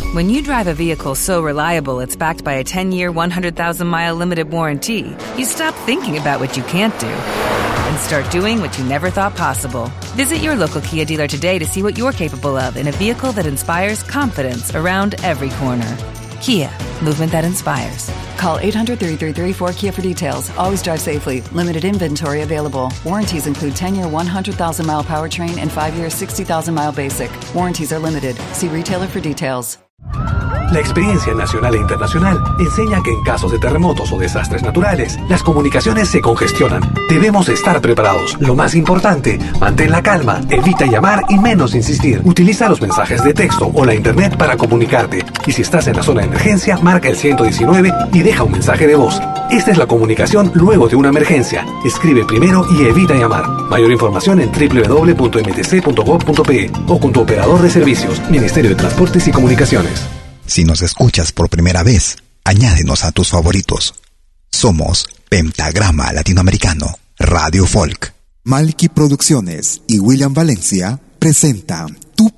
When you drive a vehicle so reliable it's backed by a 10-year, 100,000-mile limited warranty, you stop thinking about what you can't do and start doing what you never thought possible. Visit your local Kia dealer today to see what you're capable of in a vehicle that inspires confidence around every corner. Kia, movement that inspires. Call 800-3334-KIA for details. Always drive safely. Limited inventory available. Warranties include 10-year, 100,000-mile powertrain and 5-year, 60,000-mile basic. Warranties are limited. See retailer for details. La experiencia nacional e internacional enseña que en casos de terremotos o desastres naturales, las comunicaciones se congestionan. Debemos estar preparados. Lo más importante, mantén la calma, evita llamar y menos insistir. Utiliza los mensajes de texto o la internet para comunicarte. Y si estás en la zona de emergencia, marca el 119 y deja un mensaje de voz. Esta es la comunicación luego de una emergencia. Escribe primero y evita llamar. Mayor información en www.mtc.gov.pe o con tu operador de servicios, Ministerio de Transportes y Comunicaciones. Si nos escuchas por primera vez, añádenos a tus favoritos. Somos Pentagrama Latinoamericano, Radio Folk. Malky Producciones y William Valencia presentan tu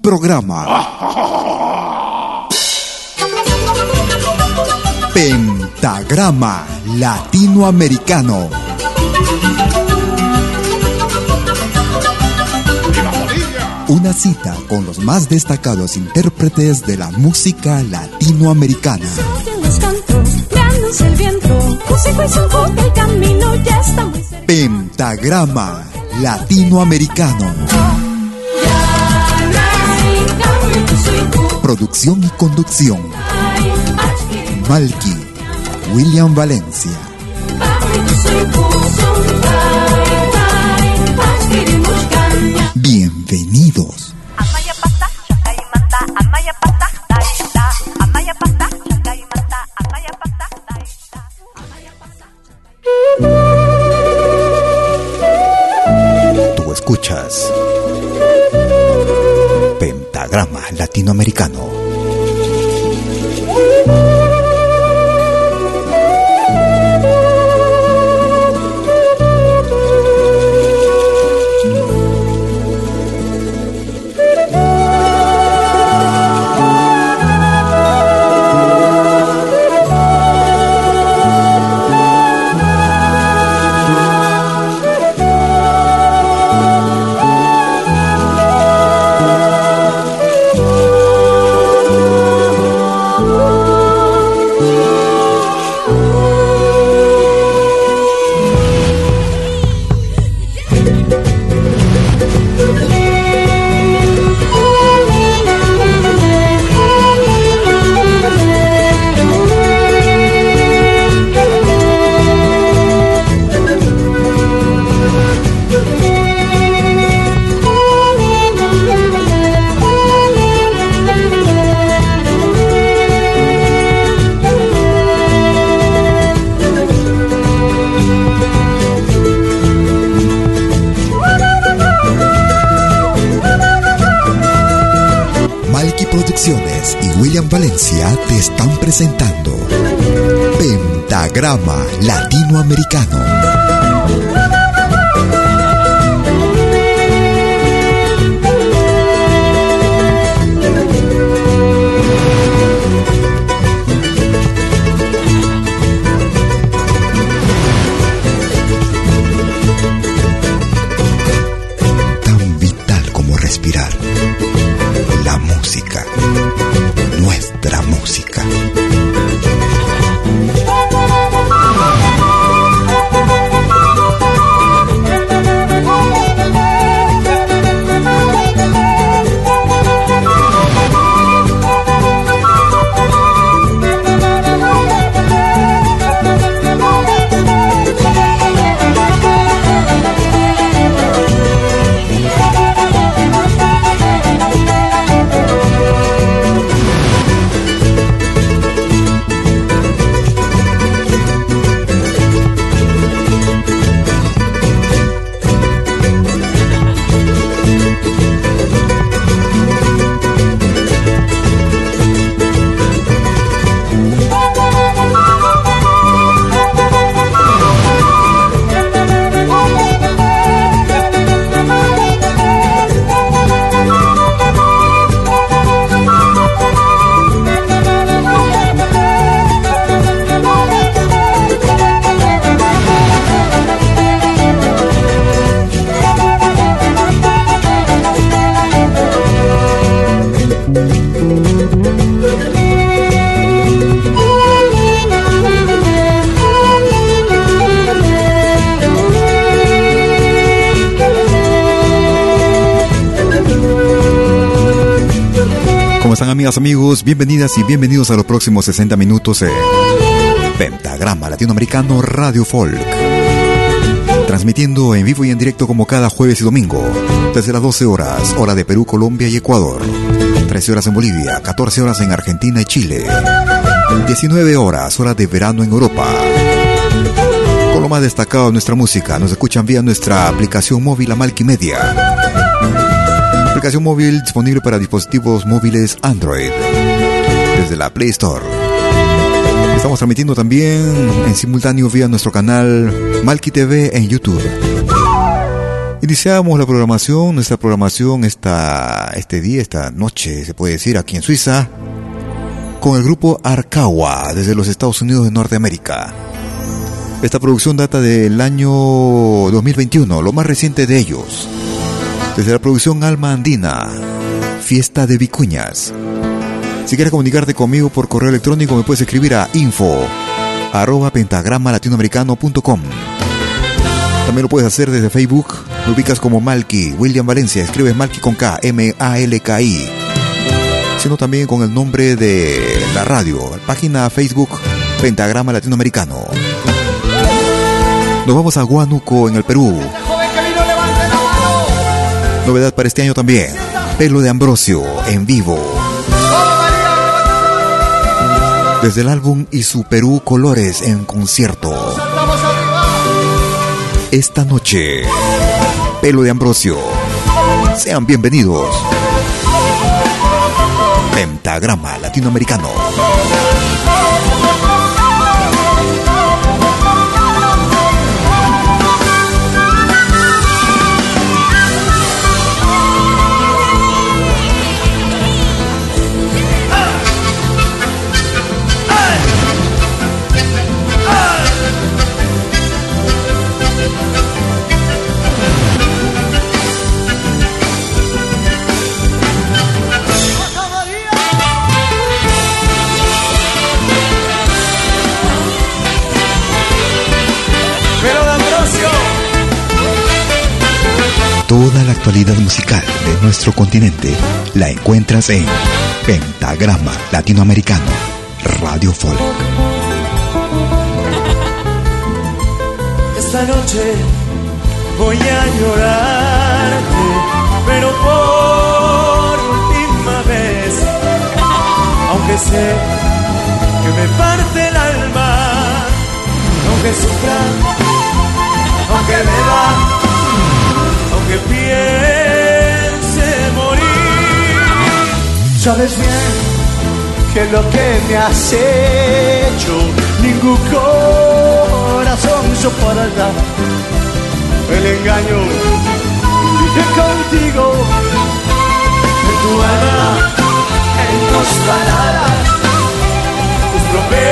programa Pentagrama Latinoamericano. Una cita con los más destacados intérpretes de la música latinoamericana. Pentagrama Latinoamericano. Producción y conducción: Malky, William Valencia. Bienvenidos. Tú escuchas Pentagrama Latinoamericano. Producciones y William Valencia te están presentando Pentagrama Latinoamericano. Tan vital como respirar. La música, nuestra música. están, amigas, amigos? Bienvenidas y bienvenidos a los próximos 60 minutos en Pentagrama Latinoamericano Radio Folk. Transmitiendo en vivo y en directo como cada jueves y domingo, desde las 12 horas, hora de Perú, Colombia y Ecuador, 13 horas en Bolivia, 14 horas en Argentina y Chile, 19 horas, hora de verano en Europa. Con lo más destacado de nuestra música, nos escuchan vía nuestra aplicación móvil Amalki Media. Aplicación móvil disponible para dispositivos móviles Android, desde la Play Store. Estamos transmitiendo también en simultáneo vía nuestro canal Malki TV en YouTube. Iniciamos la programación, nuestra programación este día, esta noche, se puede decir, aquí en Suiza, con el grupo Arkawa, desde los Estados Unidos de Norteamérica. Esta producción data del año 2021, lo más reciente de ellos. Desde la producción Alma Andina, Fiesta de Vicuñas. Si quieres comunicarte conmigo por correo electrónico, me puedes escribir a info@pentagramalatinoamericano.com. También lo puedes hacer desde Facebook. Me ubicas como Malki William Valencia. Escribes Malki con K, M-A-L-K-I. Sino también con el nombre de la radio, página Facebook Pentagrama Latinoamericano. Nos vamos a Huánuco, en el Perú. Novedad para este año también, Pelo de Ambrosio en vivo. Desde el álbum Y su Perú Colores en concierto. Esta noche, Pelo de Ambrosio. Sean bienvenidos. Pentagrama Latinoamericano. Toda la actualidad musical de nuestro continente la encuentras en Pentagrama Latinoamericano Radio Folk. Esta noche voy a llorarte, pero por última vez, aunque sé que me parte el alma, aunque sufra, aunque beba, aunque piense morir. Sabes bien que lo que me has hecho ningún corazón soporta. El engaño vive contigo, en tu alma, en tus palabras, tus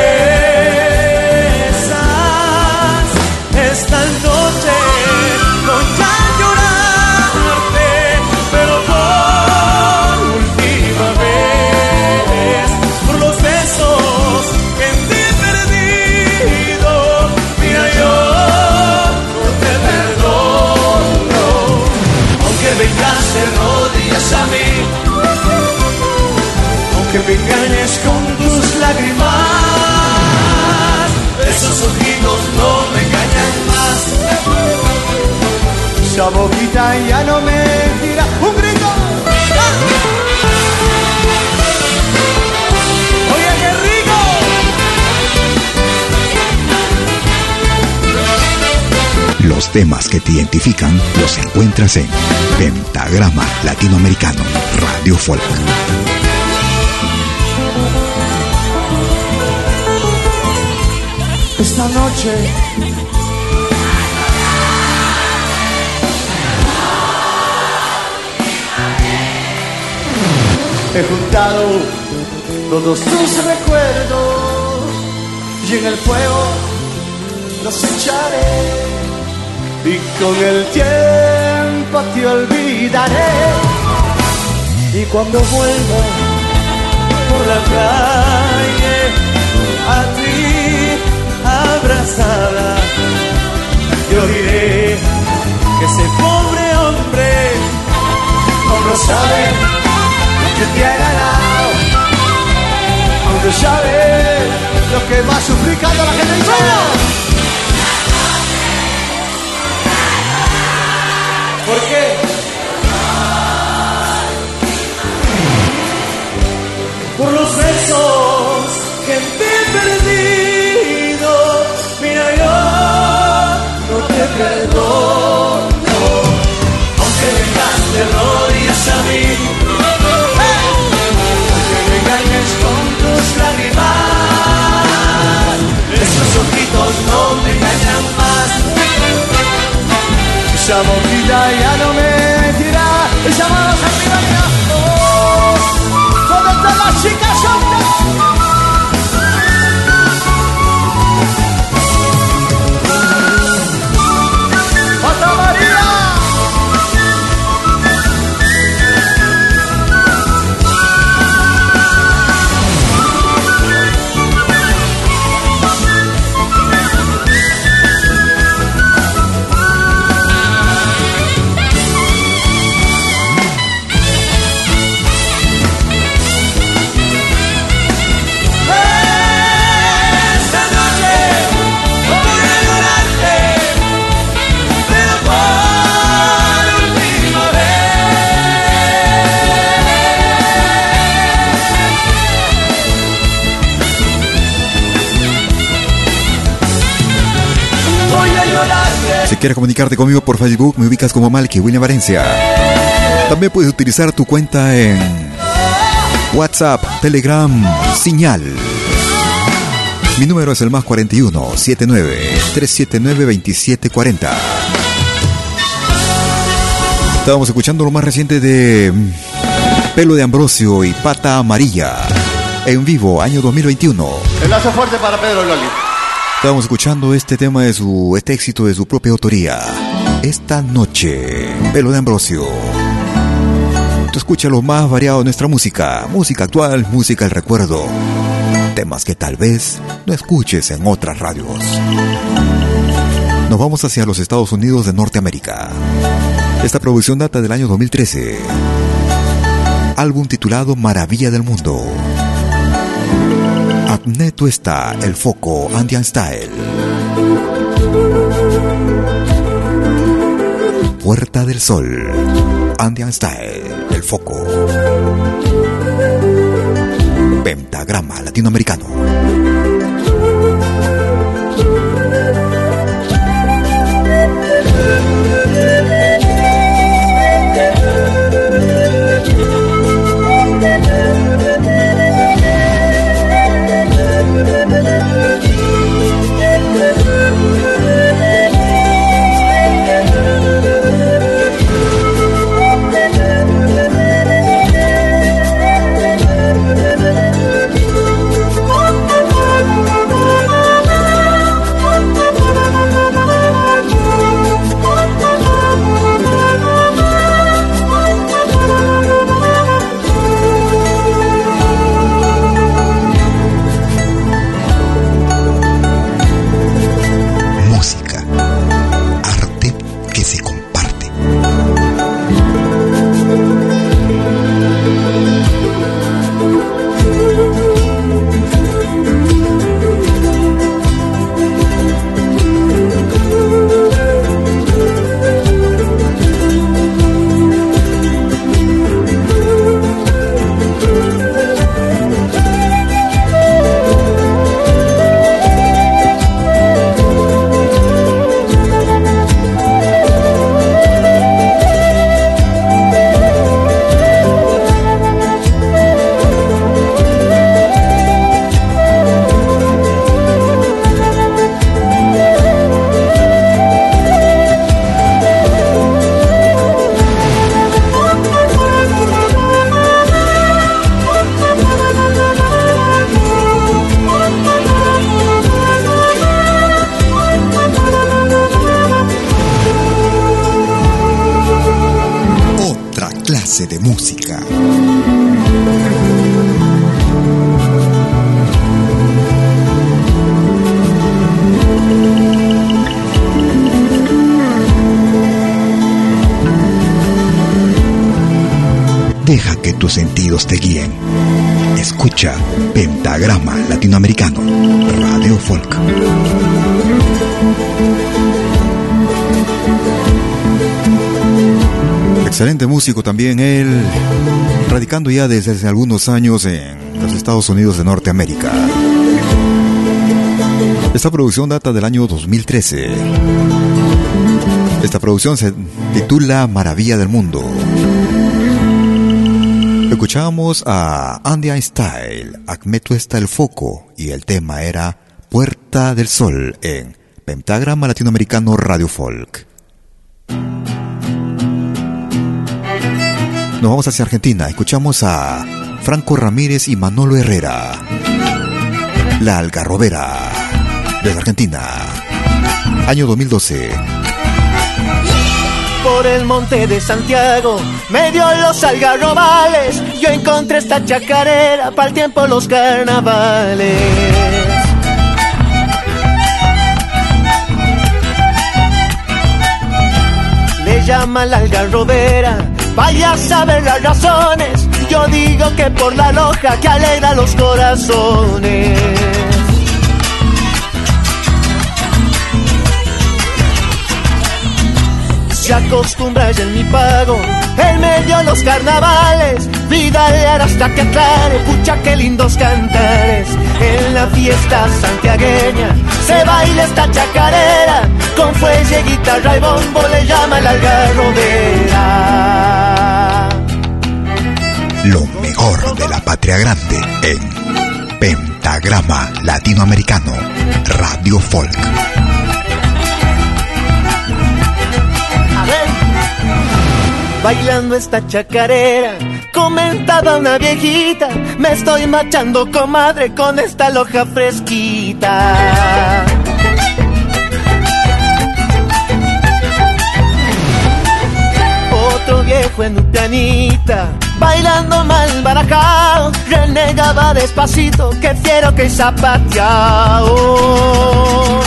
promesas. Esta noche voy a llorarte, pero por última vez, por los besos que te he perdido. Mira, yo no te perdono, aunque vengas de rodillas a mí, aunque me engañes con tus lágrimas. Esos ojitos no me engañan más. Esa boquita ya no me tira un grito. Oye, qué rico. Los temas que te identifican los encuentras en Pentagrama Latinoamericano Radio Folk. Esta noche he juntado todos tus recuerdos y en el fuego los echaré, y con el tiempo te olvidaré. Y cuando vuelva por la calle a ti abrazada, yo diré que ese pobre hombre no lo sabe que te ha ganado Usted sabe lo que va suplicando la gente dice. ¿Por qué? Por los besos que te he perdido. Mira, yo no te perdono, aunque vengas de rodillas a mí, aunque me engañes con tus lágrimas. Esos ojitos no me engañan más. Esa boquita ya no me mentirá. Esa mano se arriba ya. ¿Dónde están las chicas hombres? ¡Santa María! Si quieres comunicarte conmigo por Facebook, me ubicas como Malky William Valencia. También puedes utilizar tu cuenta en WhatsApp, Telegram, Señal. Mi número es el más 41 79 379 2740. Estábamos escuchando lo más reciente de Pelo de Ambrosio y Pata Amarilla en vivo, año 2021. Enlace fuerte para Pedro Loli. Estábamos escuchando este tema de este éxito de su propia autoría. Esta noche, Pelo de Ambrosio. Tú escuchas lo más variado de nuestra música. Música actual, música del recuerdo. Temas que tal vez no escuches en otras radios. Nos vamos hacia los Estados Unidos de Norteamérica. Esta producción data del año 2013. Álbum titulado Maravilla del Mundo. Agneto está el foco, Andean Style. Puerta del Sol, Andean Style, el foco. Pentagrama latinoamericano. De música. Deja que tus sentidos te guíen. Escucha Pentagrama Latinoamericano, Radio Folk. Excelente músico también él, radicando ya desde hace algunos años en los Estados Unidos de Norteamérica. Esta producción data del año 2013. Esta producción se titula Maravilla del Mundo. Escuchamos a Andy Einstein, Acmeto está el foco, y el tema era Puerta del Sol en Pentagrama Latinoamericano Radio Folk. Nos vamos hacia Argentina. Escuchamos a Franco Ramírez y Manolo Herrera, La Algarrobera, desde Argentina, año 2012. Por el monte de Santiago, medio los algarrobales, yo encontré esta chacarera para el tiempo los carnavales. Le llaman la algarrobera, vaya a saber las razones. Yo digo que por la loja que alegra los corazones. Se acostumbra ya en mi pago, en medio de los carnavales, vidalear hasta que aclare, pucha que lindos cantares. En la fiesta santiagueña se baila esta chacarera, con fuelle, guitarra y bombo le llama la algarrobera. Lo mejor de la patria grande en Pentagrama Latinoamericano, Radio Folk. Bailando esta chacarera, comentaba una viejita, me estoy machando, comadre, con esta loja fresquita. Otro viejo en un pianita, bailando mal barajao, renegaba despacito, que fiero que zapateao.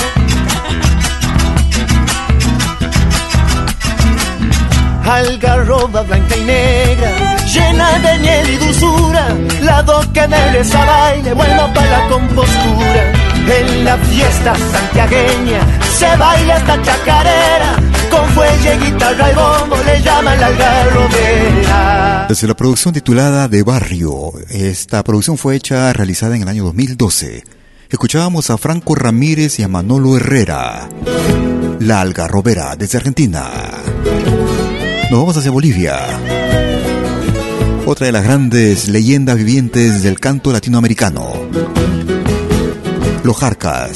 Algarroba blanca y negra, llena de miel y dulzura, la que merece baile, bueno para la compostura. En la fiesta santiagueña se baila esta chacarera, con fuelle, guitarra y bombo le llaman la algarrobera. Desde la producción titulada De Barrio, esta producción fue realizada en el año 2012. Escuchábamos a Franco Ramírez y a Manolo Herrera, La Algarrobera, desde Argentina. Nos vamos hacia Bolivia. Otra de las grandes leyendas vivientes del canto latinoamericano, Los Jarcas,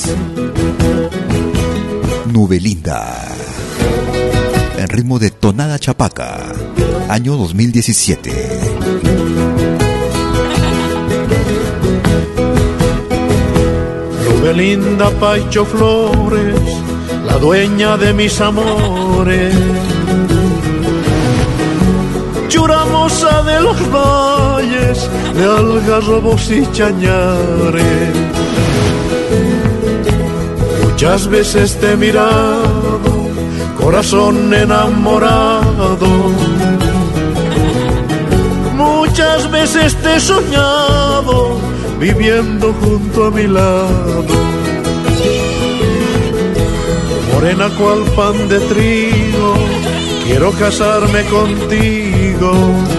Nube Linda, en ritmo de tonada chapaca, año 2017. Nube linda, Paicho Flores, la dueña de mis amores, churamosa de los valles, de algarrobos y chañares. Muchas veces te he mirado, corazón enamorado. Muchas veces te he soñado, viviendo junto a mi lado. Morena cual pan de trigo, quiero casarme contigo.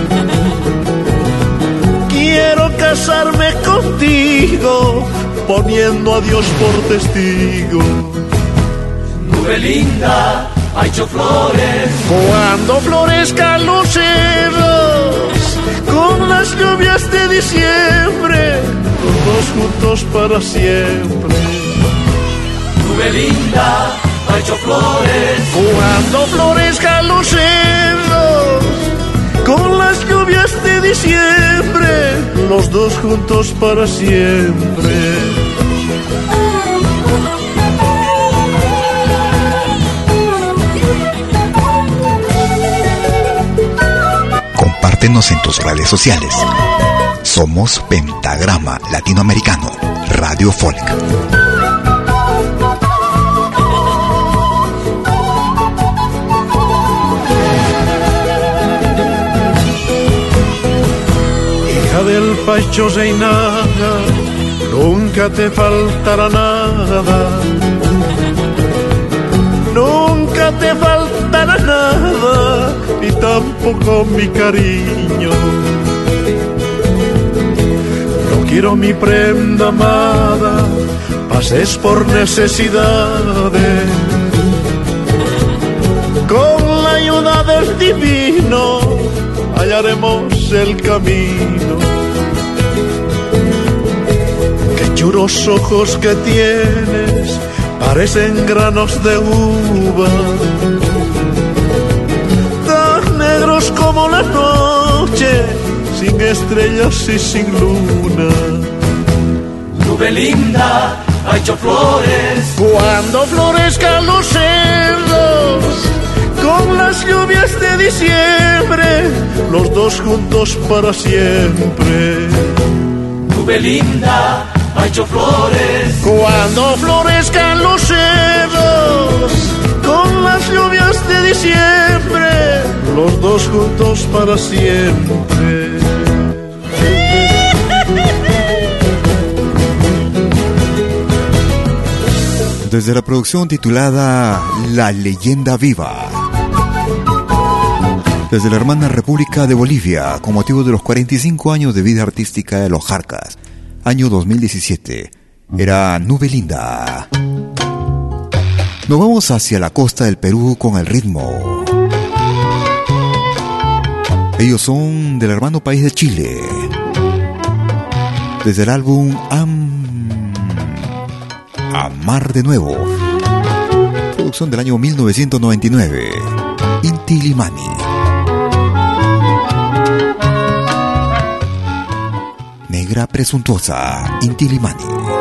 Quiero casarme contigo, poniendo a Dios por testigo. Nube linda, Paicho Flores, cuando florezcan los cerros, con las lluvias de diciembre, los dos juntos para siempre. Nube linda, Paicho Flores, cuando florezcan los cerros, con las lluvias de diciembre, los dos juntos para siempre. Compártenos en tus redes sociales. Somos Pentagrama Latinoamericano, Radio Folk. De del Pacho Reinaga, nunca te faltará nada. Nunca te faltará nada, ni tampoco mi cariño. No quiero mi prenda amada, pases por necesidades. Con la ayuda del divino hallaremos el camino. Qué churos ojos que tienes, parecen granos de uva, tan negros como la noche, sin estrellas y sin luna. Nube linda, ha hecho flores. Cuando florezcan los cerros, con las lluvias de diciembre, los dos juntos para siempre. Nube linda, ha hecho flores. Cuando florezcan los cerros, con las lluvias de diciembre, los dos juntos para siempre. Desde la producción titulada La Leyenda Viva, desde la hermana República de Bolivia, con motivo de los 45 años de vida artística de los Jarcas, año 2017, era Nube Linda. Nos vamos hacia la costa del Perú con el ritmo. Ellos son del hermano país de Chile, desde el álbum Amar de Nuevo, producción del año 1999, Inti Illimani. Negra presuntuosa, Inti Illimani.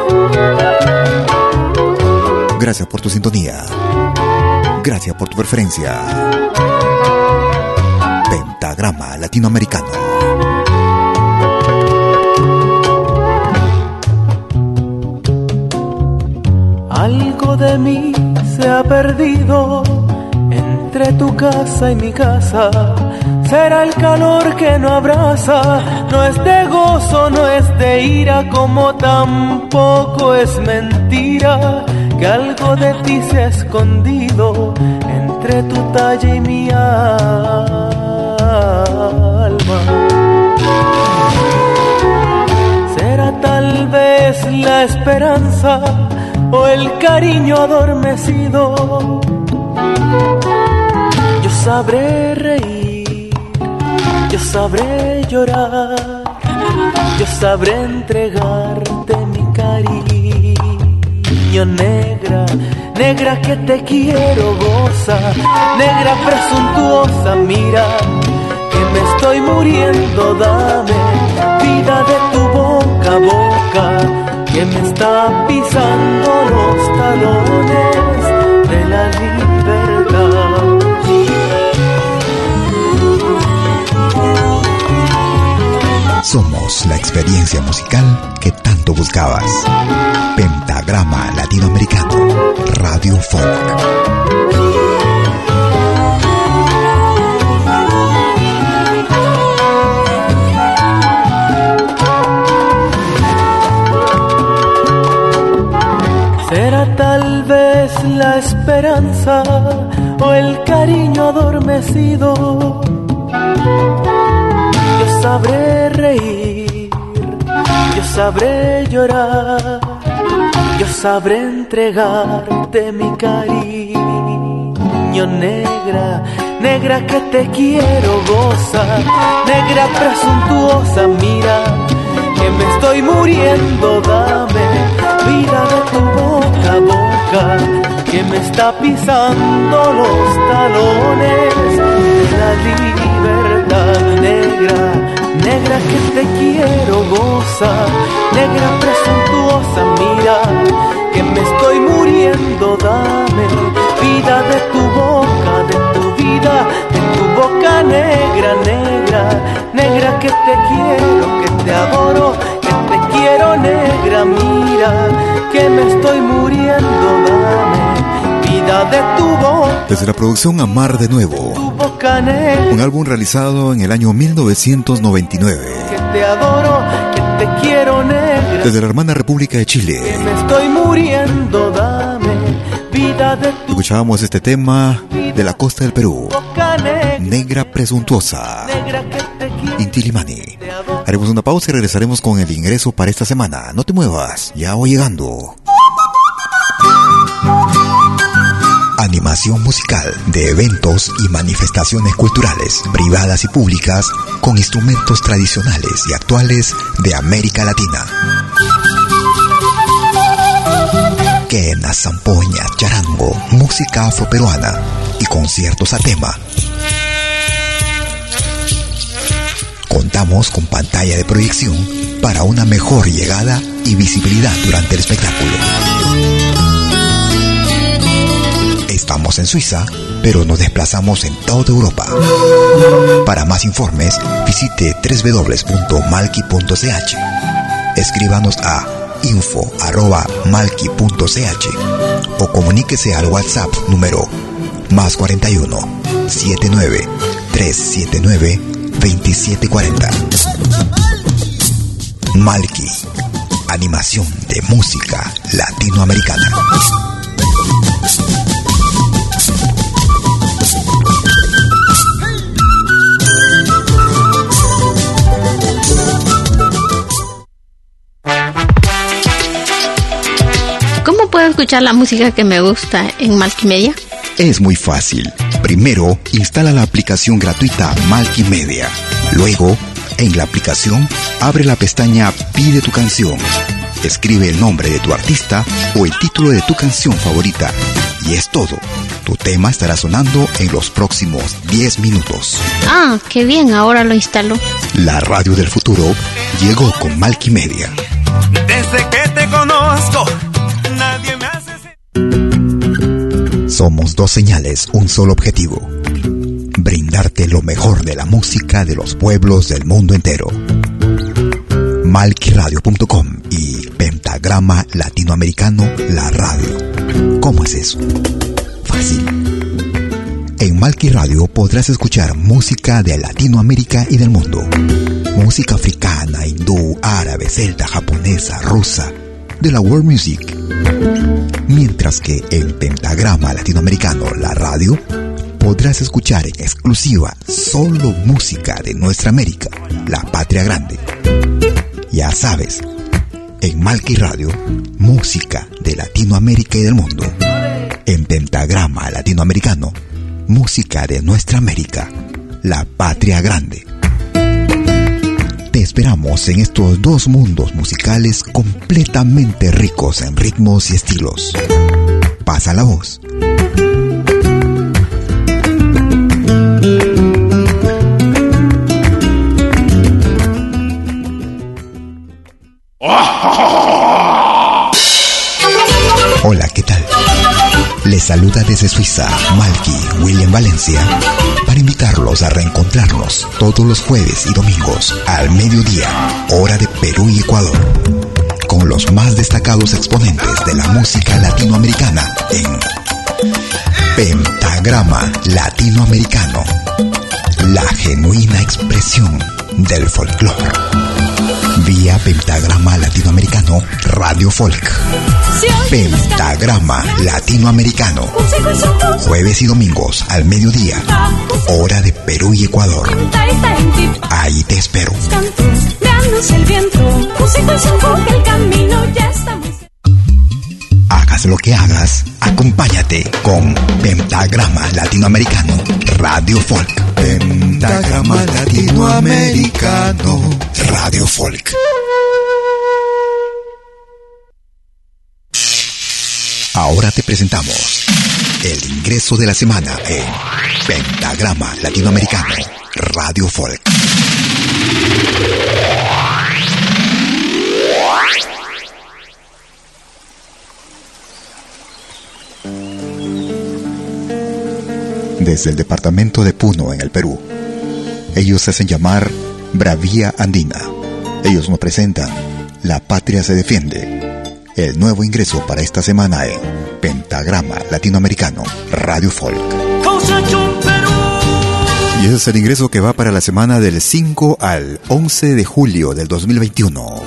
Gracias por tu sintonía, gracias por tu preferencia. Pentagrama Latinoamericano. Algo de mí se ha perdido entre tu casa y mi casa. Será el calor que no abraza, no es de gozo, no es de ira, como tampoco es mentira que algo de ti se ha escondido entre tu talla y mi alma. Será tal vez la esperanza o el cariño adormecido. Yo sabré reír, yo sabré llorar, yo sabré entregarte mi cariño. Negra, negra que te quiero, goza, negra presuntuosa, mira que me estoy muriendo, dame vida de tu boca a boca, que me está pisando los talones de la libertad. Somos la experiencia musical que tanto buscabas. Pentagrama Latinoamericano, Radio Folk. Será tal vez la esperanza o el cariño adormecido. Yo sabré reír, yo sabré llorar, yo sabré entregarte mi cariño. Negra, negra que te quiero, goza, negra presuntuosa, mira que me estoy muriendo, dame vida de tu boca a boca, que me está pisando los talones de la libertad. Negra, negra que te quiero, goza, negra presuntuosa, mira que me estoy muriendo, dame vida de tu boca, de tu vida, de tu boca. Negra, negra, negra que te quiero, que te adoro, que te quiero. Negra, mira que me estoy muriendo, dame vida vida de tu voz. Desde la producción Amar de Nuevo, Tu boca negra. un álbum realizado en el año 1999. Que te adoro, que te quiero negra. Desde la hermana República de Chile, Que me estoy muriendo, dame vida de tu escuchábamos este tema de la costa del Perú, boca negra. Negra Presuntuosa, Negra que te quiero. Inti Illimani. Haremos una pausa y regresaremos con el ingreso para esta semana. No te muevas, ya voy llegando. Animación musical de eventos y manifestaciones culturales, privadas y públicas, con instrumentos tradicionales y actuales de América Latina. Quena, zampoña, charango, música afroperuana y conciertos a tema. Contamos con pantalla de proyección para una mejor llegada y visibilidad durante el espectáculo. Estamos en Suiza, pero nos desplazamos en toda Europa. Para más informes, visite www.malki.ch. Escríbanos a info@malki.ch o comuníquese al WhatsApp número +41 79 379 2740. Malki, animación de música latinoamericana. ¿Cómo puedo escuchar la música que me gusta en Malki Media? Es muy fácil. Primero, instala la aplicación gratuita Malki Media. Luego, en la aplicación, abre la pestaña Pide tu canción. Escribe el nombre de tu artista o el título de tu canción favorita. Y es todo. Tu tema estará sonando en los próximos 10 minutos. Ah, qué bien, ahora lo instalo. La radio del futuro llegó con Malki Media. Desde que te conozco, nadie me hace. Somos dos señales, un solo objetivo. Brindarte lo mejor de la música de los pueblos del mundo entero. Malkiradio.com y Pentagrama Latinoamericano, la radio. ¿Cómo es eso? Fácil. En Malki Radio podrás escuchar música de Latinoamérica y del mundo. Música africana, hindú, árabe, celta, japonesa, rusa, de la world music. Mientras que en Pentagrama Latinoamericano, la radio, podrás escuchar en exclusiva solo música de nuestra América, la patria grande. Ya sabes, en Malki Radio, música de Latinoamérica y del mundo. En Pentagrama Latinoamericano, música de nuestra América, la patria grande. Te esperamos en estos dos mundos musicales completamente ricos en ritmos y estilos. Pasa la voz. Hola, ¿qué tal? Les saluda desde Suiza Malki William Valencia para invitarlos a reencontrarnos todos los jueves y domingos al mediodía, hora de Perú y Ecuador, con los más destacados exponentes de la música latinoamericana en Pentagrama Latinoamericano, la genuina expresión del folclore. Vía Pentagrama Latinoamericano Radio Folk. Pentagrama Latinoamericano. Jueves y domingos al mediodía, hora de Perú y Ecuador. Ahí te espero. Hagas lo que hagas, acompáñate con Pentagrama Latinoamericano Radio Folk. Pentagrama Latinoamericano Radio Folk. Ahora te presentamos el ingreso de la semana en Pentagrama Latinoamericano Radio Folk. Desde el departamento de Puno, en el Perú, ellos se hacen llamar Bravía Andina. Ellos nos presentan La Patria se Defiende, el nuevo ingreso para esta semana en Pentagrama Latinoamericano, Radio Folk. Y ese es el ingreso que va para la semana del 5 al 11 de julio del 2021.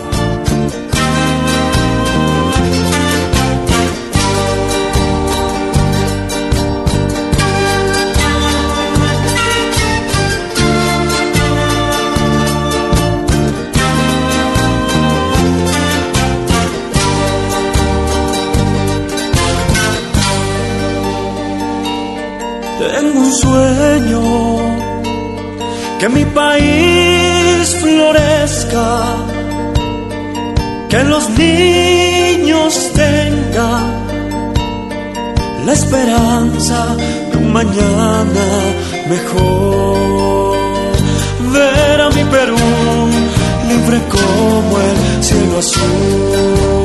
Tengo un sueño, que mi país florezca, que los niños tengan la esperanza de un mañana mejor. Ver a mi Perú libre como el cielo azul.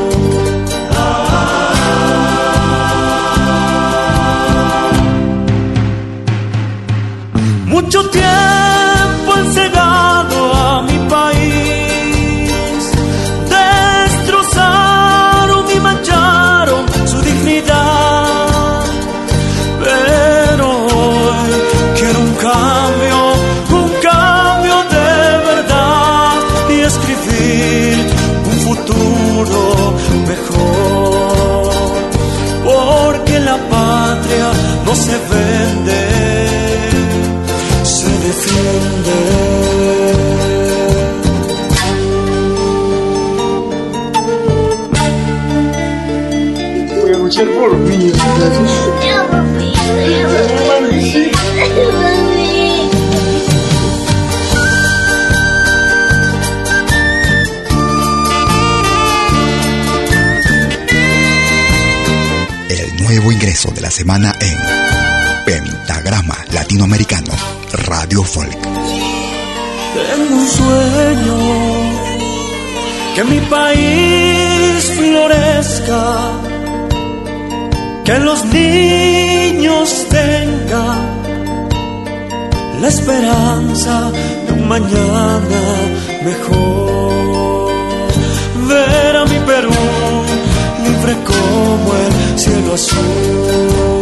Mucho tiempo encerrado a mi país, destrozaron y mancharon su dignidad. Pero hoy quiero un cambio de verdad y escribir un futuro mejor. Porque la patria no se vende, se defiende. Voy a luchar por mí. El nuevo ingreso de la semana en Pentagrama Latinoamericano, Radio Folk. Tengo un sueño, que mi país florezca, que los niños tengan la esperanza de un mañana mejor. Ver a mi Perú libre como el cielo azul.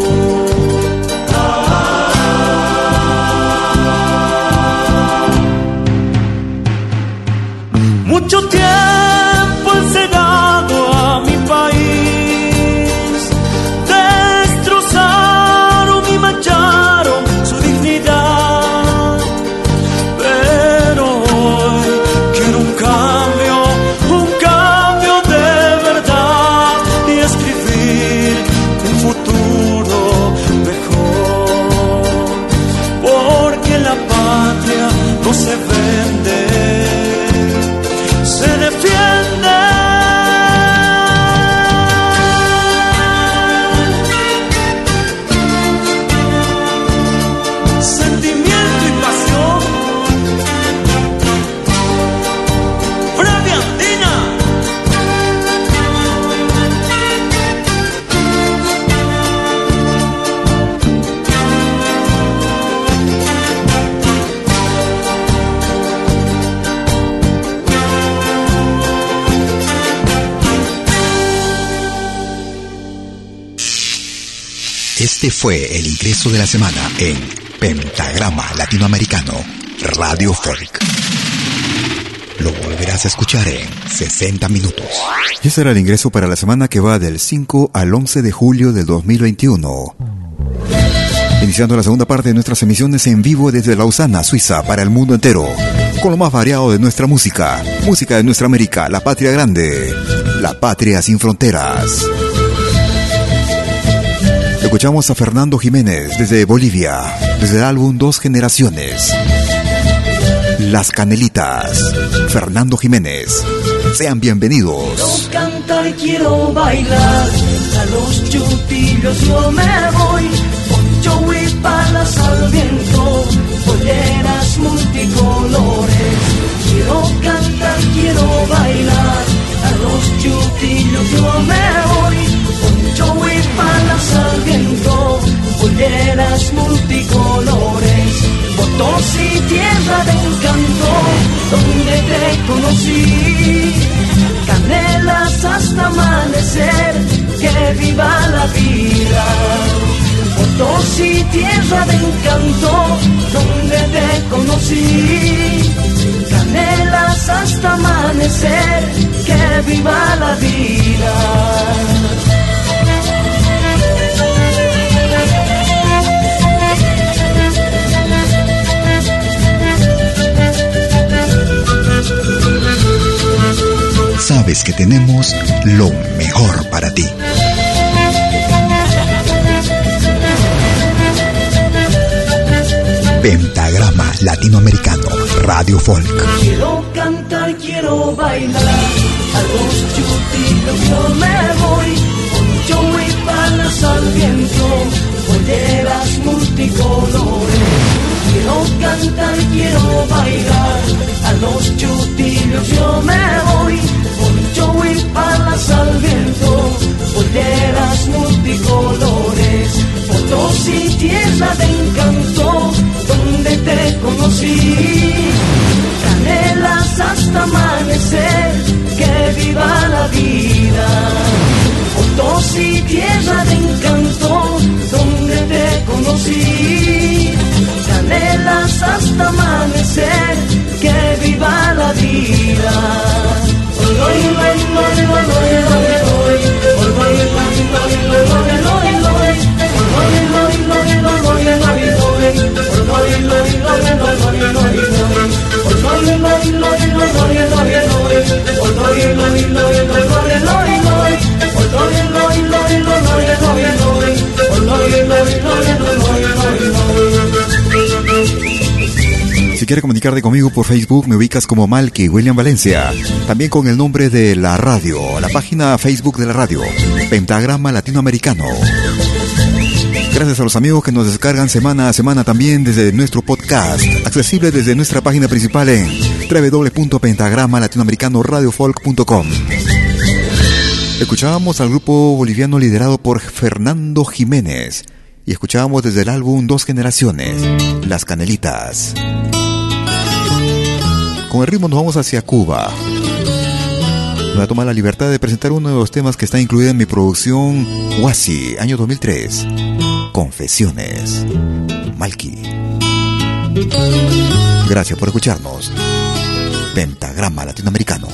Mucho tiempo encerrado a mi país, destrozaron y mancharon su dignidad. Pero hoy quiero un cambio de verdad y escribir un futuro mejor. Porque la patria no se vende, se defiende. Sentimiento y pasión. Radio Andina. Este fue el ingreso de la semana en Pentagrama Latinoamericano, Radio Folk. Lo volverás a escuchar en 60 minutos. Y ese era el ingreso para la semana que va del 5 al 11 de julio del 2021. Iniciando la segunda parte de nuestras emisiones en vivo desde Lausana, Suiza, para el mundo entero, con lo más variado de nuestra música, música de nuestra América, la patria grande, la patria sin fronteras. Escuchamos a Fernando Jiménez desde Bolivia, desde el álbum Dos Generaciones. Las Canelitas, Fernando Jiménez. Sean bienvenidos. Quiero cantar y quiero bailar, a los chutillos yo me voy, poncho y palas al viento, polleras multicolores. Quiero cantar, quiero bailar, a los chutillos yo me voy, poncho y palas al viento, polleras multicolores. Potosí, tierra de encanto, donde te conocí, canelas hasta amanecer, que viva la encanto, donde te conocí. Canelas hasta amanecer, que viva la vida. Sabes que tenemos lo mejor para ti. Pentagrama Latinoamericano, Radio Folk. Quiero cantar, quiero bailar, a los chutilos yo me voy, yo voy palas al viento, polleras multicolores. Quiero cantar, quiero bailar, a los chutillos yo me voy, yo voy palas al viento, polleras multicolores. Potosí, tierra de encanto, donde te conocí. Canelas hasta amanecer, que viva la vida. Potosí, tierra de encanto, donde te conocí. Canelas hasta amanecer, que viva la vida. Si quieres comunicarte conmigo por Facebook, me ubicas como Malky William Valencia. También con el nombre de la radio, la página Facebook de la radio, Pentagrama Latinoamericano. Gracias a los amigos que nos descargan semana a semana también desde nuestro podcast, accesible desde nuestra página principal en www.pentagramalatinoamericanoradiofolk.com. Escuchábamos al grupo boliviano liderado por Fernando Jiménez y escuchábamos desde el álbum Dos Generaciones, Las Canelitas. Con el ritmo nos vamos hacia Cuba. Me voy a tomar la libertad de presentar uno de los temas que está incluido en mi producción Huasi, año 2003. Confesiones. Malky. Gracias por escucharnos. Pentagrama Latinoamericano.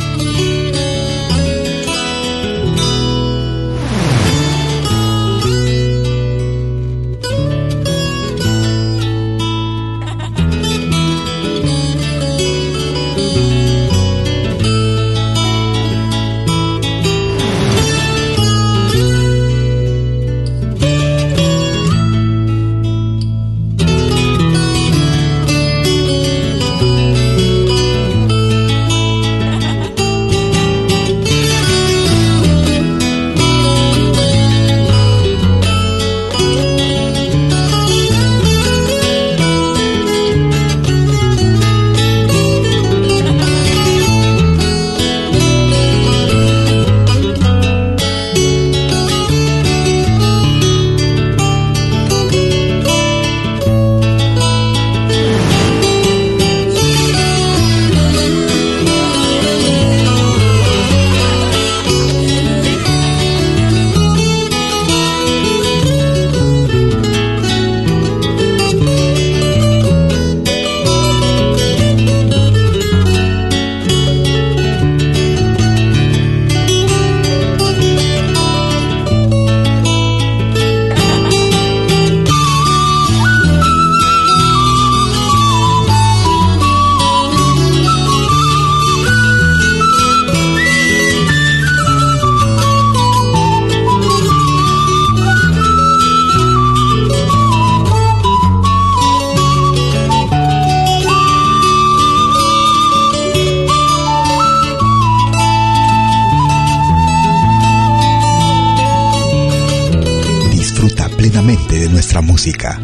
De nuestra música.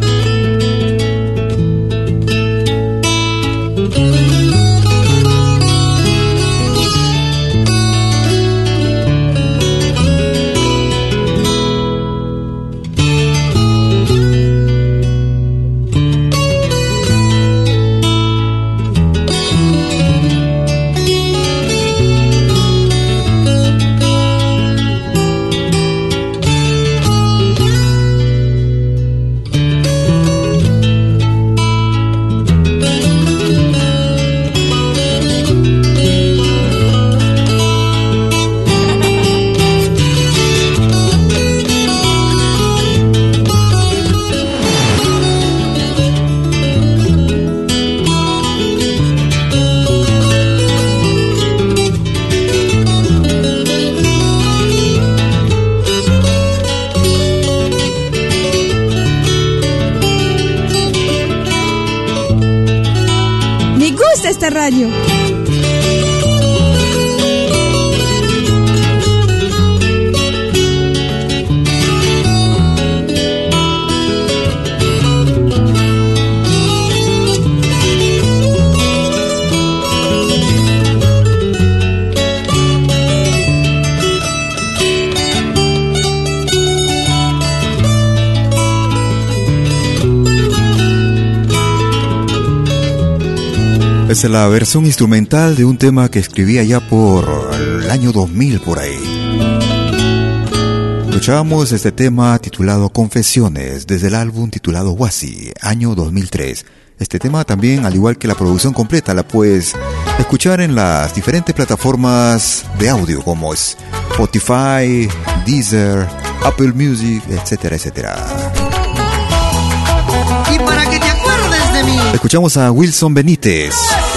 esta radio. Es la versión instrumental de un tema que escribí allá por el año 2000 por ahí. Escuchábamos este tema titulado Confesiones desde el álbum titulado Wasi, año 2003. Este tema también, al igual que la producción completa, la puedes escuchar en las diferentes plataformas de audio como es Spotify, Deezer, Apple Music, etcétera, etcétera. Y para que te acuerdes de mí, escuchamos a Wilson Benítez.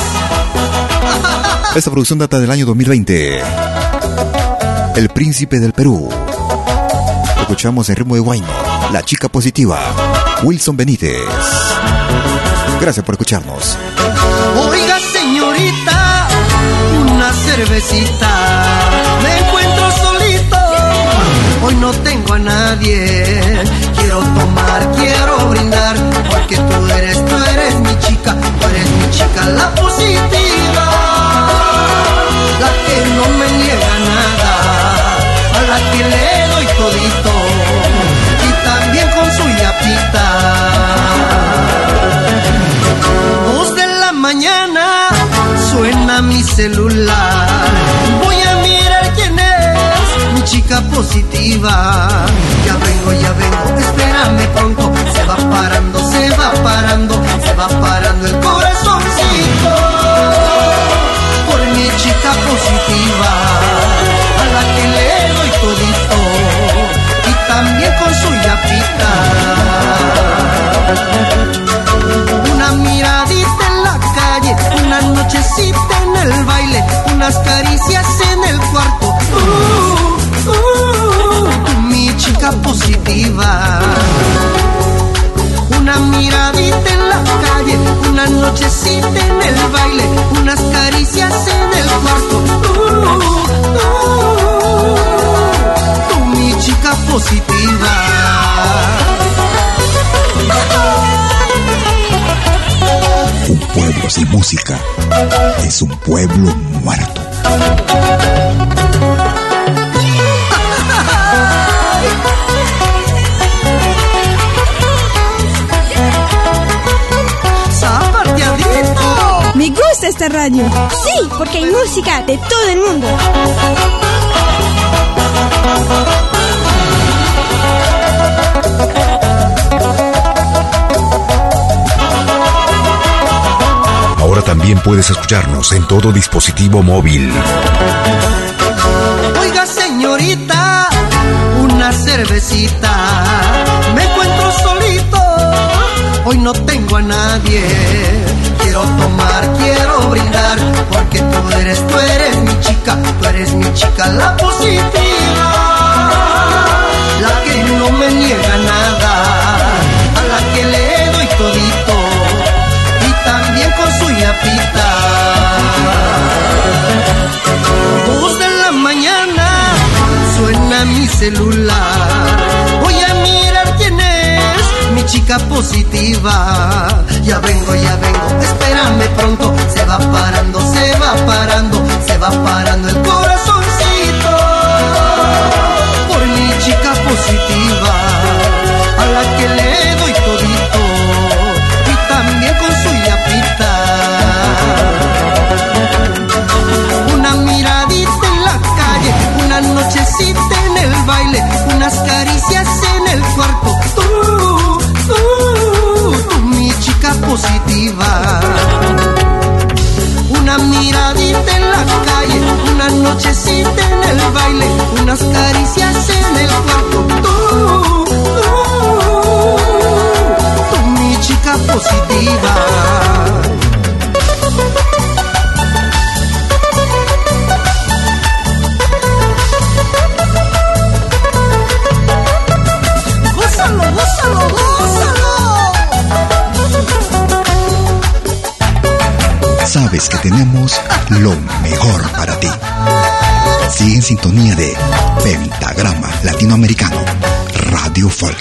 Esta producción data del año 2020. El Príncipe del Perú. Escuchamos en ritmo de Huayno, La Chica Positiva, Wilson Benítez. Gracias por escucharnos. Oiga, señorita, una cervecita. Me encuentro solito, hoy no tengo a nadie. Quiero tomar, quiero brindar, porque tú eres mi chica, tú eres mi chica, la positiva, la que no me niega nada, a la que le doy todito, y también con su yapita. 2 de la mañana, suena mi celular, voy a mirar quién es, mi chica positiva. Ya vengo, espérame pronto, se va parando, se va parando, se va parando el corazoncito, por mi chica positiva, a la que le doy todito, y también con su yapita. Una miradita en la calle, una nochecita en el baile, unas caricias en el cuarto, mi chica positiva. Una miradita en la calle, una nochecita en el baile, unas caricias en el cuarto, mi chica positiva. Un pueblo sin música es un pueblo muerto. Me gusta esta radio. Sí, porque hay música de todo el mundo. Ahora también puedes escucharnos en todo dispositivo móvil. Oiga, señorita, una cervecita. Me encuentro solito, hoy no tengo a nadie. Quiero tomar, quiero brindar, porque tú eres mi chica, tú eres mi chica, la positiva, la que no me niega nada, a la que le doy todito, y también con su yapita. 2 de la mañana, suena mi celular, voy a mirar quién es, mi chica positiva. Ya vengo, espérame pronto, se va parando, se va parando, se va parando el corazoncito, por mi chica positiva, a la que le doy todito, y también con su yapita. Una miradita en la calle, una nochecita en el baile, unas caricias en el cuarto, mi chica positiva. Una miradita en la calle, una nochecita en el baile, unas caricias en el cuarto, mi chica positiva. sabes que tenemos lo mejor para ti. Sigue en sintonía de Pentagrama Latinoamericano, Radio Folk.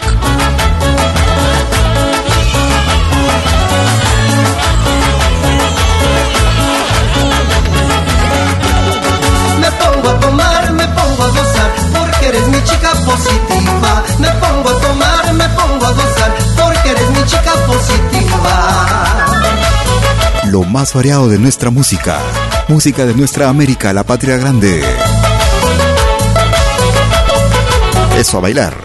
Me pongo a tomar, me pongo a gozar, porque eres mi chica positiva. Me pongo a tomar, me pongo a gozar, porque eres mi chica positiva. Lo más variado de nuestra música, música de nuestra América, la patria grande. Eso, a bailar.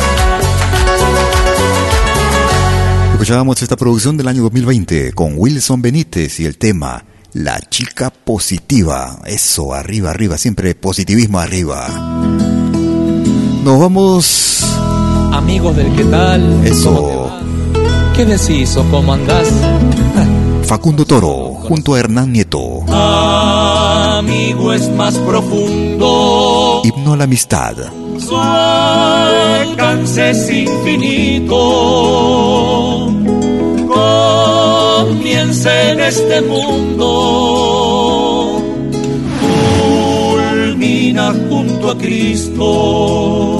Escuchábamos esta producción del año 2020 con Wilson Benítez y el tema La Chica Positiva. Eso, arriba, arriba, siempre positivismo arriba. Nos vamos. Amigos del ¿qué tal? Eso. ¿Qué decís o cómo andás? Facundo Toro, junto a Hernán Nieto. Amigo es más profundo. Himno a la amistad. Su alcance es infinito. Comienza en este mundo. Culmina junto a Cristo.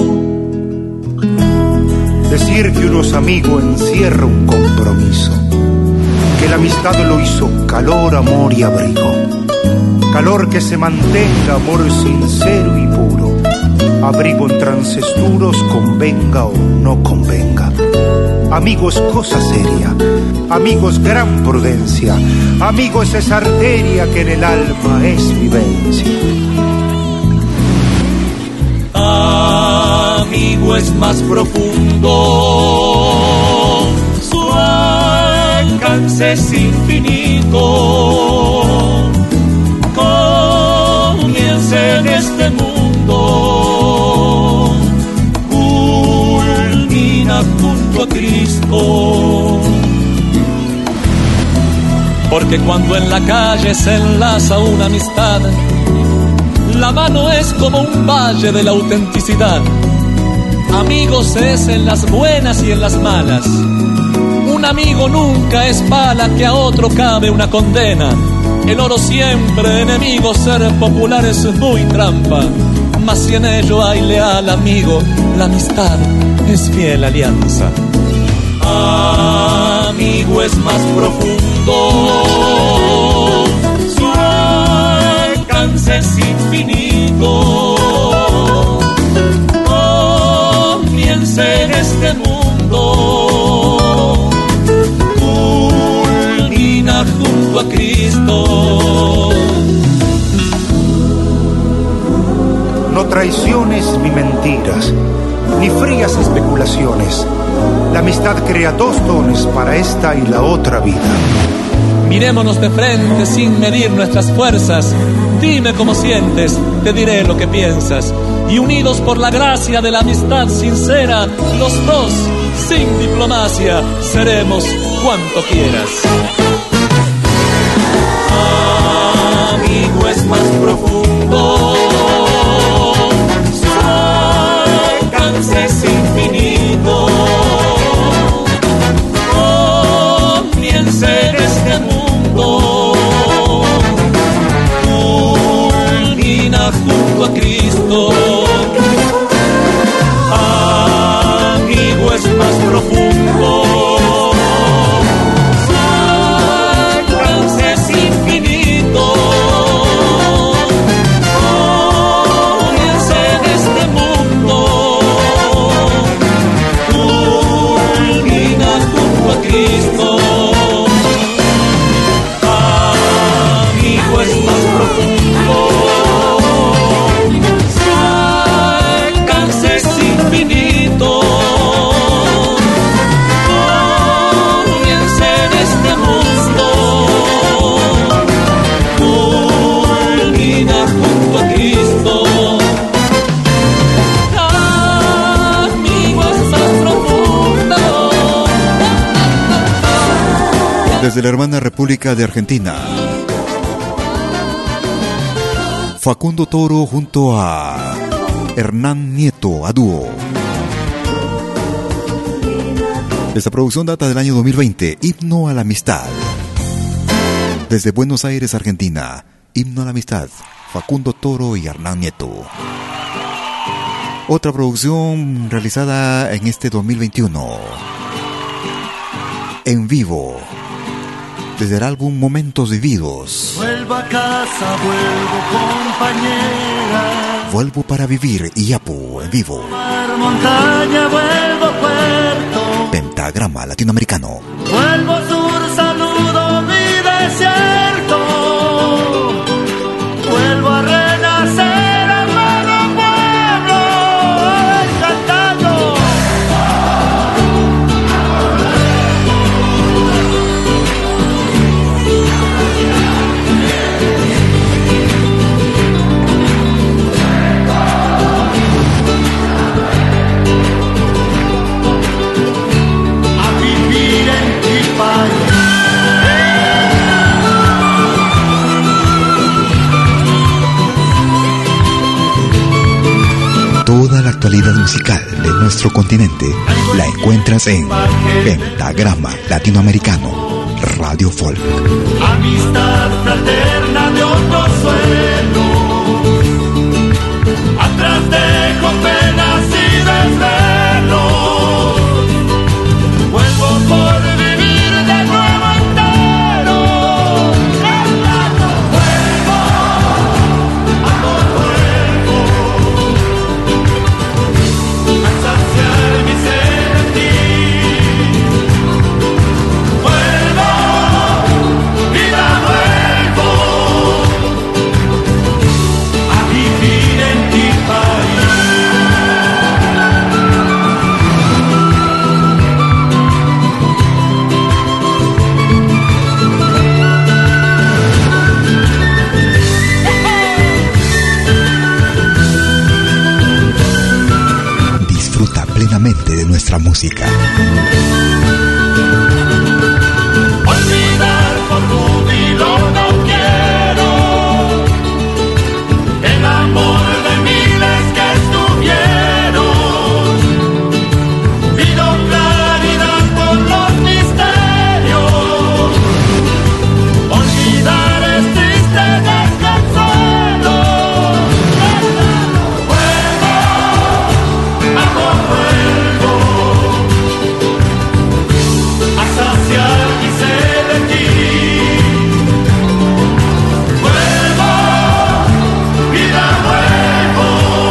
Decir que uno es amigo encierra un compromiso. Que la amistad lo hizo calor, amor y abrigo. Calor que se mantenga, amor sincero y puro. Abrigo en trances duros, convenga o no convenga. Amigo es cosa seria, amigo es gran prudencia. Amigo es esa arteria que en el alma es vivencia. Amigo es más profundo. Su alcance es infinito. Comienza en este mundo. Culmina junto a Cristo. Porque cuando en la calle se enlaza una amistad, la mano es como un valle de la autenticidad. Amigos es en las buenas y en las malas. Un amigo nunca es pala que a otro cabe una condena. El oro siempre enemigo, ser popular es muy trampa. Mas si en ello hay leal amigo, la amistad es fiel alianza. Amigo es más profundo. Su alcance es infinito. Comienza en este mundo. Culmina junto a Cristo. No traiciones ni mentiras, ni frías especulaciones. La amistad crea dos dones para esta y la otra vida. Mirémonos de frente sin medir nuestras fuerzas. Dime cómo sientes, te diré lo que piensas. Y unidos por la gracia de la amistad sincera, los dos, sin diplomacia, seremos cuanto quieras. Amigo es más profundo. Su alcance es infinito. Comienza en este mundo. Culmina junto a Cristo. Amigo es más profundo. Su alcance es infinito. Comienza en este mundo. Culmina junto a Cristo. Amigo es más profundo. Su alcance es infinito. Comienza en este mundo. Culmina junto a Cristo. Amigo es más profundo. Desde la hermana República de Argentina, Facundo Toro junto a Hernán Nieto, a dúo. Esta producción data del año 2020, Himno a la Amistad. Desde Buenos Aires, Argentina, Himno a la Amistad, Facundo Toro y Hernán Nieto. Otra producción realizada en este 2021. En vivo, desde el álbum Momentos Vividos. Vuelvo a casa, vuelvo compañera. Vuelvo para vivir, Iyapu, en vivo. Montaña, vuelvo puerto. Pentagrama Latinoamericano. Vuelvo sur, saludo mi desierto. Vuelvo a renacer, amado pueblo, cantando. A vivir en mi país. Toda la actualidad musical de nuestro continente la encuentras en Pentagrama Latinoamericano, Radio Folk. Amistad fraterna de otro suelo. Atrás dejo penas y desvelos. Vuelvo por vivir de nuevo entero. Vuelvo, amor, vuelvo a saciar mi sed en ti. Vuelvo, vida, vuelvo a vivir en ti país. Disfruta plenamente de nuestra música. Olvidar por júbilo no quiero el amor de miles que estuvieron. Pido claridad por los misterios. Olvidar es triste desconsuelo. Vuelvo, amor, vuelvo a saciar mi sed en ti. Vuelvo, vida, vuelvo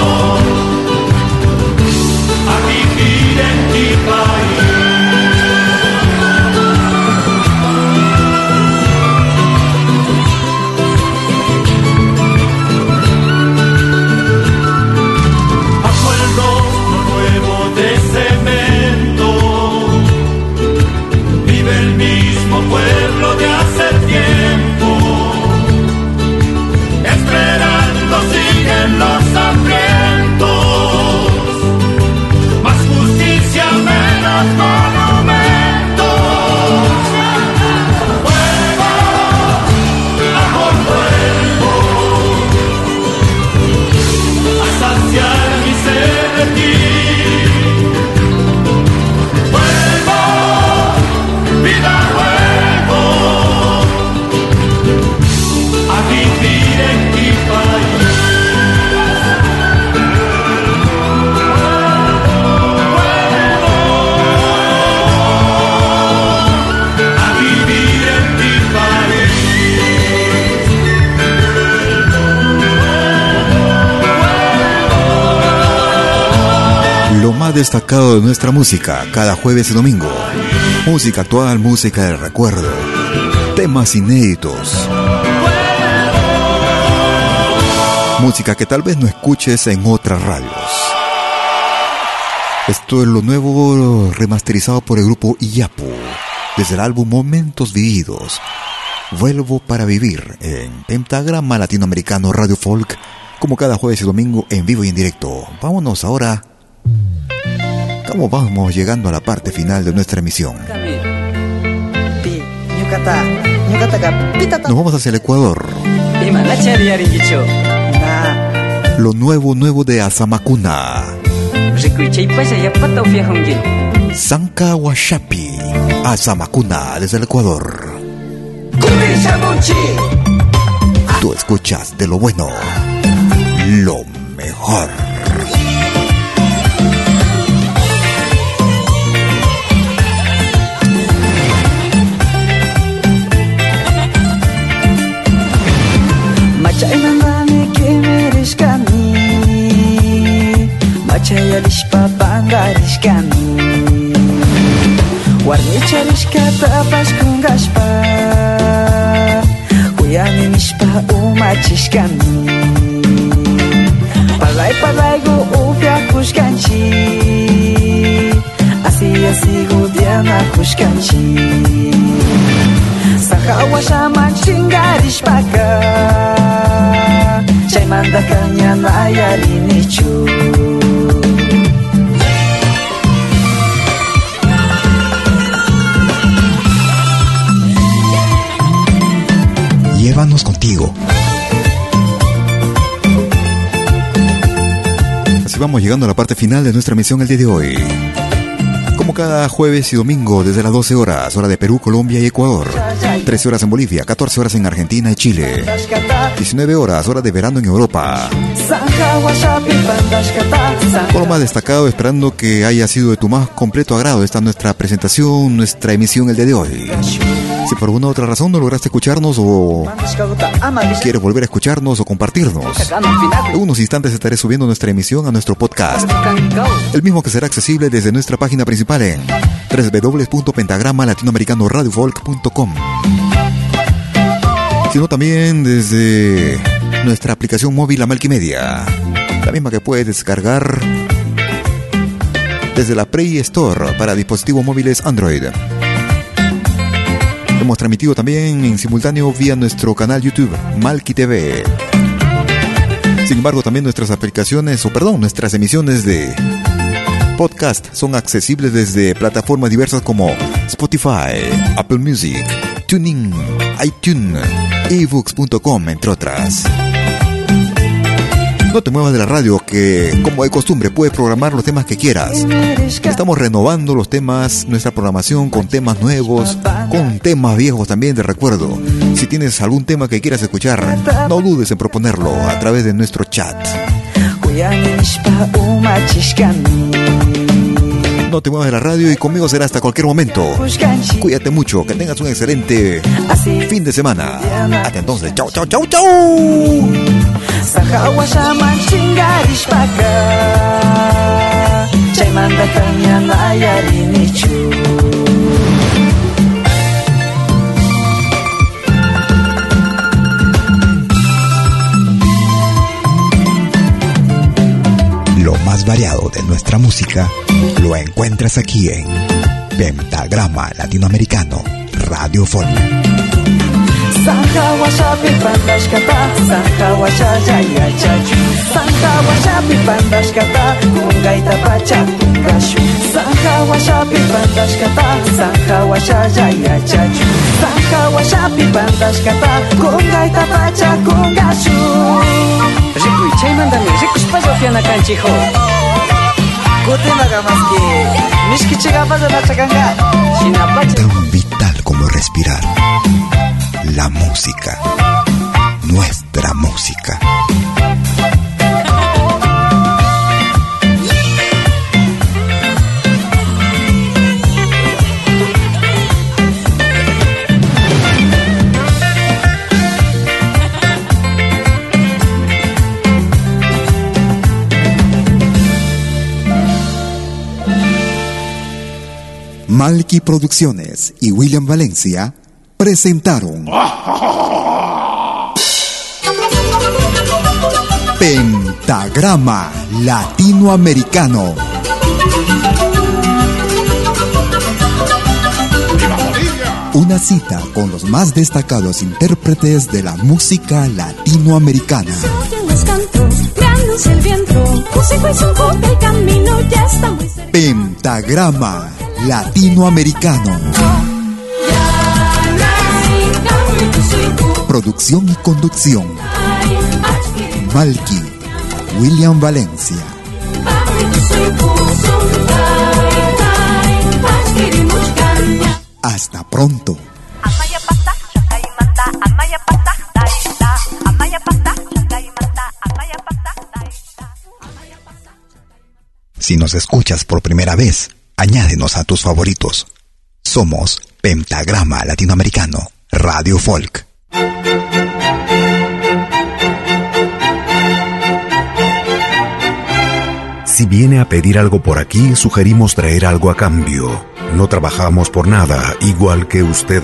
a vivir en ti país. Bajo el rostro nuevo de cemento vive el mismo pueblo de hace tiempo. Esperando siguen los hambrientos. Más justicia, menos monumentos. Vuelvo, amor, vuelvo a saciar mi sed de ti. Vuelvo, vida, vuelvo a vivir en ti país. Vuelvo a vivir en ti país. Lo más destacado de nuestra música, cada jueves y domingo. Música actual, música del recuerdo. Temas inéditos. Música que tal vez no escuches en otras radios. Esto es lo nuevo remasterizado por el grupo Iyapu, desde el álbum Momentos Vividos. Vuelvo para vivir en Pentagrama Latinoamericano Radio Folk, como cada jueves y domingo en vivo y en directo. Vámonos ahora. ¿Cómo vamos llegando a la parte final de nuestra emisión? Nos vamos hacia el Ecuador. Lo nuevo de Azamakuna. Sanka Washapi, Azamakuna, desde el Ecuador. Tú escuchas de lo bueno, lo mejor. Machay mandame que merezcami, machay alishpa pangarishkami, warmicharishka tapas kungashpa, kuyami mishpa umachishkami, palay go upiakushkanchi, así gudianakushkanchi. Sahawashaman chingarishpaka, chaymanta kañanayarinichu. Llévanos contigo. Así vamos llegando a la parte final de nuestra emisión el día de hoy. Como cada jueves y domingo desde las 12 horas, hora de Perú, Colombia y Ecuador. 13 horas en Bolivia, 14 horas en Argentina y Chile. 19 horas, hora de verano en Europa. Por lo más destacado, esperando que haya sido de tu más completo agrado esta nuestra presentación, nuestra emisión el día de hoy. Si por alguna otra razón no lograste escucharnos o quieres volver a escucharnos o compartirnos, en unos instantes estaré subiendo nuestra emisión a nuestro podcast, el mismo que será accesible desde nuestra página principal en www.pentagramalatinoamericanoradiofolk.com, sino también desde nuestra aplicación móvil La Malquimedia, la misma que puedes descargar desde la Play Store para dispositivos móviles Android. Hemos transmitido también en simultáneo vía nuestro canal YouTube, Malqui TV. Sin embargo, también nuestras emisiones de podcast son accesibles desde plataformas diversas como Spotify, Apple Music, TuneIn, iTunes, ebooks.com, entre otras. No te muevas de la radio, que como de costumbre puedes programar los temas que quieras. Estamos renovando los temas, nuestra programación con temas nuevos, con temas viejos también de recuerdo. Si tienes algún tema que quieras escuchar, no dudes en proponerlo a través de nuestro chat. No te muevas de la radio y conmigo será hasta cualquier momento. Cuídate mucho, que tengas un excelente fin de semana. Hasta entonces, chau, chau, chau, chau. Sahawashaman chingarishpaka, chaymanta kañanayarinichu. Lo más variado de nuestra música lo encuentras aquí en Pentagrama Latinoamericano Radio Folk. Sankawashapi pandashkata, sankawashayayachaju. Sankawashapi pandashkata, kungaita pachakungashu. Sankawashapi pandashkata, sankawashayayachaju. Sankawashapi pandashkata, kungaita pachakungashu. Rikuy chaymantami rikushpacha upianakanchikho. Kutimaga más que mishkichigapasa nachakanga. Tan vital como respirar. La música, nuestra música. Malqui Producciones y William Valencia presentaron Pentagrama Latinoamericano. Una cita con los más destacados intérpretes de la música latinoamericana. Pentagrama Latinoamericano. Producción y conducción: Malqui, William Valencia. Hasta pronto. Si nos escuchas por primera vez, añádenos a tus favoritos. Somos Pentagrama Latinoamericano, Radio Folk. Si viene a pedir algo por aquí, sugerimos traer algo a cambio. No trabajamos por nada, igual que usted.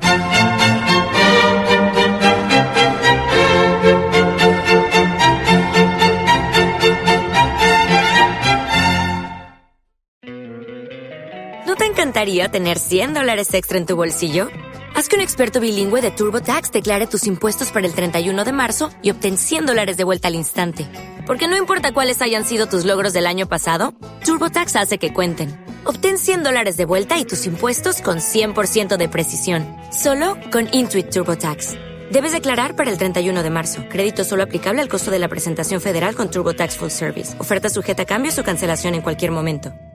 ¿No te encantaría tener $100 extra en tu bolsillo? Haz que un experto bilingüe de TurboTax declare tus impuestos para el 31 de marzo y obtén $100 de vuelta al instante. Porque no importa cuáles hayan sido tus logros del año pasado, TurboTax hace que cuenten. Obtén $100 de vuelta y tus impuestos con 100% de precisión. Solo con Intuit TurboTax. Debes declarar para el 31 de marzo. Crédito solo aplicable al costo de la presentación federal con TurboTax Full Service. Oferta sujeta a cambios o cancelación en cualquier momento.